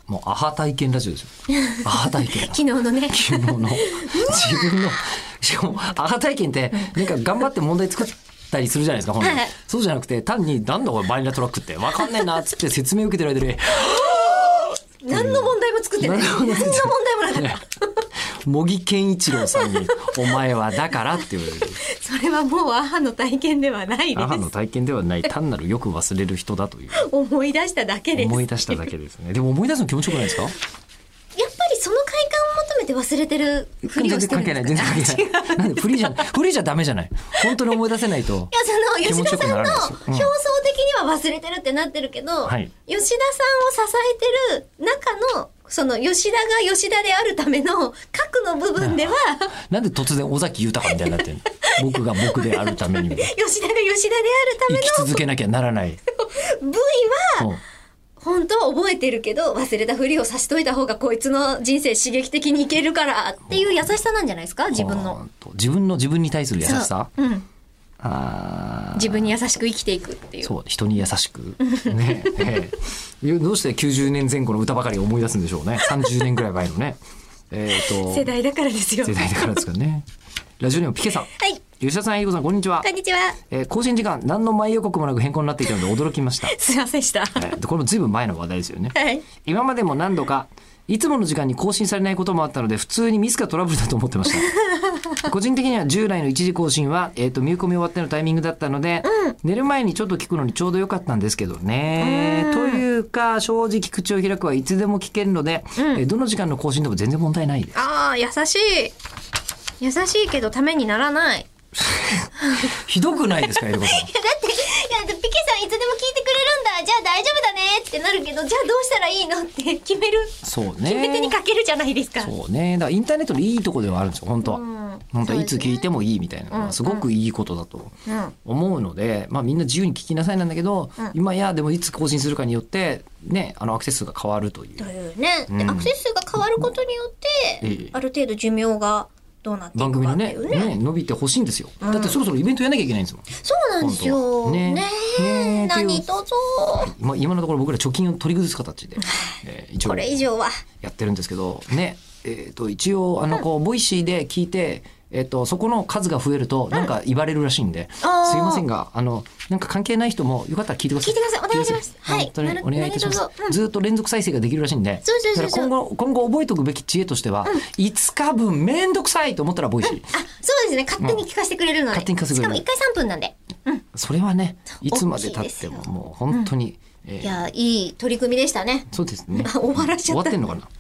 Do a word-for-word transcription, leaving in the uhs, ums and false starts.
もうアハ体験ラジオですよ。アハ体験。 昨日のね。 昨日の自分のしかもアハ体験ってなんか頑張って問題作ったりするじゃないですか。本来、はい、そうじゃなくて単になんだこれバニラトラックってわかんないなっつって説明受けてる間で何の問題も作ってない。何の問題もなかった。 茂木健一郎さんにお前はだからって言われる。 それはもうアハの体験ではないです。 アハの体験ではない、単なるよく忘れる人だという。 思い出しただけです。 思い出しただけですね。でも思い出すの気持ちよくないですか？ やっぱりその快感を求めて忘れてるふりをしてるんですか？全然関係ない。全然関係ない。なんでフリーじゃフリーじゃダメじゃない。本当に思い出せないと。いやその吉田さんの表層的には忘れてるってなってるけど、うん、吉田さんを支えてる中のその吉田が吉田であるための核の部分ではなんで突然尾崎豊みたいになってるの？僕が僕であるために吉田が吉田であるための生き続けなきゃならない部位は本当は覚えてるけど忘れたふりをさしといた方がこいつの人生刺激的にいけるからっていう優しさなんじゃないですか？自分の自分の自分に対する優しさ、 うん、あ自分に優しく生きていくっていう。 そう、人に優しくねええどうしてきゅうじゅうねんぜん後の歌ばかり思い出すんでしょうね。さんじゅうねんぐらい前のねえーと世代だからですよ。 世代だからですからね。ラジオネームピケさん、 はい、 吉田さん、えりこさん、こんにちは。 こんにちは。 えー、更新時間何の前予告もなく変更になっていたので驚きました。 すいませんでした、 えー、これもずいぶん前の話題ですよね、 はい、 今までも何度かいつもの時間に更新されないこともあったので普通にミスかトラブルだと思ってました個人的には従来の一時更新は、えー、と見込み終わってのタイミングだったので、うん、寝る前にちょっと聞くのにちょうどよかったんですけどね。というか正直口を開くはいつでも聞けるので、うんえー、どの時間の更新でも全然問題ないです。 あー優しい優しいけどためにならないひどくないですか、えりこさん。いやだっていやピケさんいつでも聞いてくれるんだ、じゃあ大丈夫だねってなるけど、じゃあどうしたらいいのって決める。 そうね、 決め手にかけるじゃないですか。 そうね、だからインターネットのいいとこではあるんですよ本当は、うん、本当はいつ聞いてもいいみたいなのはすごくいいことだと思うので、まあ、みんな自由に聞きなさいなんだけど、うん、今やでもいつ更新するかによってね、あのアクセス数が変わるというというね、 うん、でアクセス数が変わることによって、うん、ある程度寿命がどうなっていくかっていうね、番組の ね, ね伸びてほしいんですよ、うん、だってそろそろイベントやんなきゃいけないんですもん。 そうなんですよ ね, ね, ね何卒今, 今のところ僕ら貯金を取り崩す形で、えー、一応これ以上はやってるんですけどね、えー、と一応あのこう、うん、ボイシーで聞いてえっと、そこの数が増えるとなんか言われるらしいんで、うん、すいませんがあのなんか関係ない人もよかったら聞いてください。 聞いてください、お願いします。はい、 お願いいたします、うん、ずっと連続再生ができるらしいんで、 そうそうそうそう、 だから今後今後覚えておくべき知恵としては、うん、いつかぶんめんどくさいと思ったらボイシー、うん、あそうですね、勝手に聞かせてくれるので、うん、勝手に聞かせてくれる、しかもいっかいさんぷんなんで、うん、 それはねいつまで経ってももう本当に、 うんえー、いやいい取り組みでしたね。 そうですね終わらしちゃった。 終わってんのかな